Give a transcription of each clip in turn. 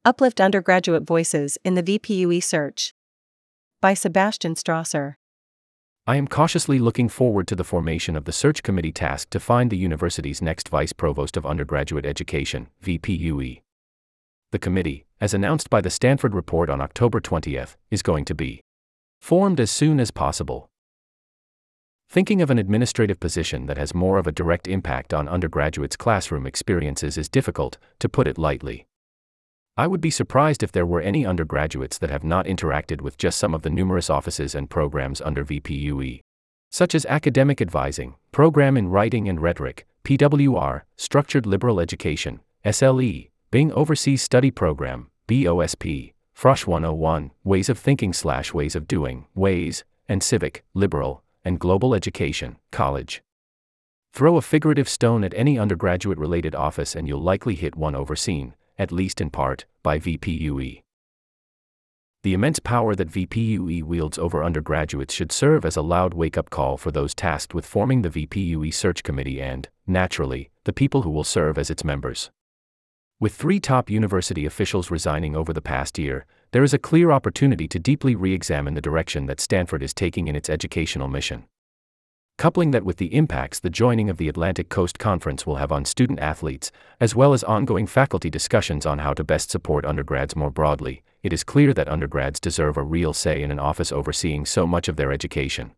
Uplift undergraduate voices in the VPUE search. By Sebastian Strasser. I am cautiously looking forward to the formation of the search committee tasked to find the university's next Vice Provost of Undergraduate Education, VPUE. The committee, as announced by the Stanford Report on October 20th, is going to be formed as soon as possible. Thinking of an administrative position that has more of a direct impact on undergraduates' classroom experiences is difficult, to put it lightly. I would be surprised if there were any undergraduates that have not interacted with just some of the numerous offices and programs under VPUE, such as Academic Advising, Program in Writing and Rhetoric, PWR, Structured Liberal Education, SLE, Bing Overseas Study Program, BOSP, FROSH 101, Ways of Thinking/Ways of Doing, WAYS, and Civic, Liberal, and Global Education, College. Throw a figurative stone at any undergraduate-related office and you'll likely hit one overseen, at least in part, by VPUE. The immense power that VPUE wields over undergraduates should serve as a loud wake-up call for those tasked with forming the VPUE Search Committee and, naturally, the people who will serve as its members. With 3 top university officials resigning over the past year, there is a clear opportunity to deeply re-examine the direction that Stanford is taking in its educational mission. Coupling that with the impacts the joining of the Atlantic Coast Conference will have on student athletes, as well as ongoing faculty discussions on how to best support undergrads more broadly, it is clear that undergrads deserve a real say in an office overseeing so much of their education.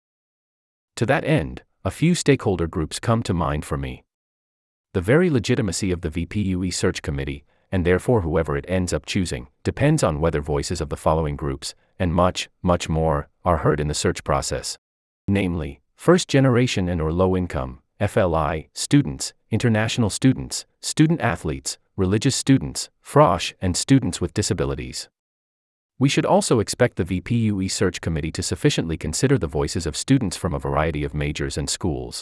To that end, a few stakeholder groups come to mind for me. The very legitimacy of the VPUE Search Committee, and therefore whoever it ends up choosing, depends on whether voices of the following groups, and much, much more, are heard in the search process. Namely, first-generation and/or low-income, FLI, students, international students, student athletes, religious students, FROSH, and students with disabilities. We should also expect the VPUE Search Committee to sufficiently consider the voices of students from a variety of majors and schools.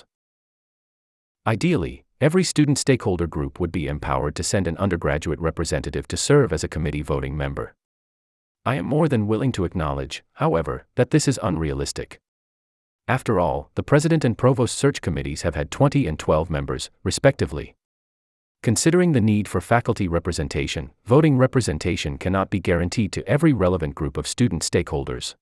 Ideally, every student stakeholder group would be empowered to send an undergraduate representative to serve as a committee voting member. I am more than willing to acknowledge, however, that this is unrealistic. After all, the President and Provost search committees have had 20 and 12 members, respectively. Considering the need for faculty representation, voting representation cannot be guaranteed to every relevant group of student stakeholders.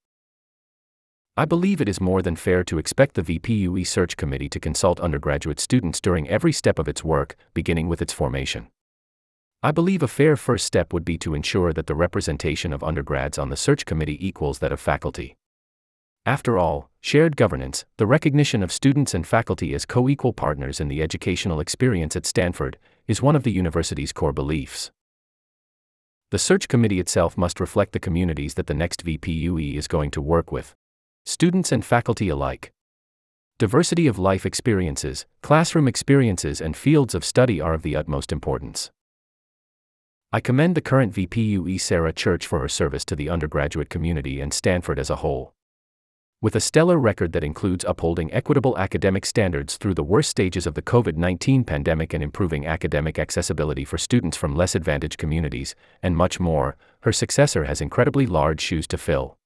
I believe it is more than fair to expect the VPUE Search Committee to consult undergraduate students during every step of its work, beginning with its formation. I believe a fair first step would be to ensure that the representation of undergrads on the search committee equals that of faculty. After all, shared governance, the recognition of students and faculty as co-equal partners in the educational experience at Stanford, is one of the university's core beliefs. The search committee itself must reflect the communities that the next VPUE is going to work with, students and faculty alike. Diversity of life experiences, classroom experiences, and fields of study are of the utmost importance. I commend the current VPUE Sarah Church for her service to the undergraduate community and Stanford as a whole. With a stellar record that includes upholding equitable academic standards through the worst stages of the COVID-19 pandemic and improving academic accessibility for students from less advantaged communities, and much more, her successor has incredibly large shoes to fill.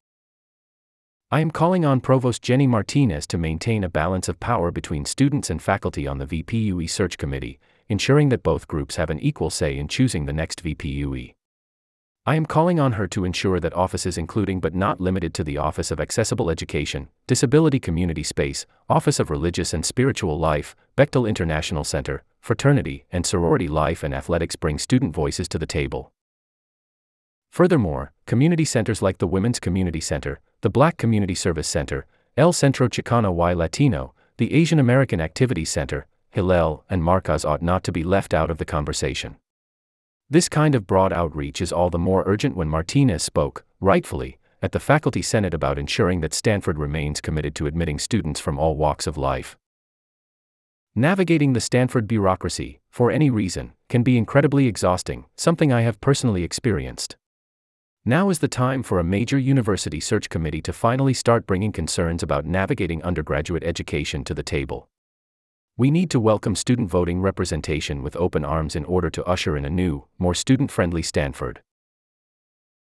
I am calling on Provost Jenny Martinez to maintain a balance of power between students and faculty on the VPUE Search Committee, ensuring that both groups have an equal say in choosing the next VPUE. I am calling on her to ensure that offices including but not limited to the Office of Accessible Education, Disability Community Space, Office of Religious and Spiritual Life, Bechtel International Center, Fraternity and Sorority Life and Athletics bring student voices to the table. Furthermore, community centers like the Women's Community Center, the Black Community Service Center, El Centro Chicano y Latino, the Asian American Activities Center, Hillel, and Marcas ought not to be left out of the conversation. This kind of broad outreach is all the more urgent when Martinez spoke, rightfully, at the Faculty Senate about ensuring that Stanford remains committed to admitting students from all walks of life. Navigating the Stanford bureaucracy, for any reason, can be incredibly exhausting, something I have personally experienced. Now is the time for a major university search committee to finally start bringing concerns about navigating undergraduate education to the table. We need to welcome student voting representation with open arms in order to usher in a new, more student-friendly Stanford.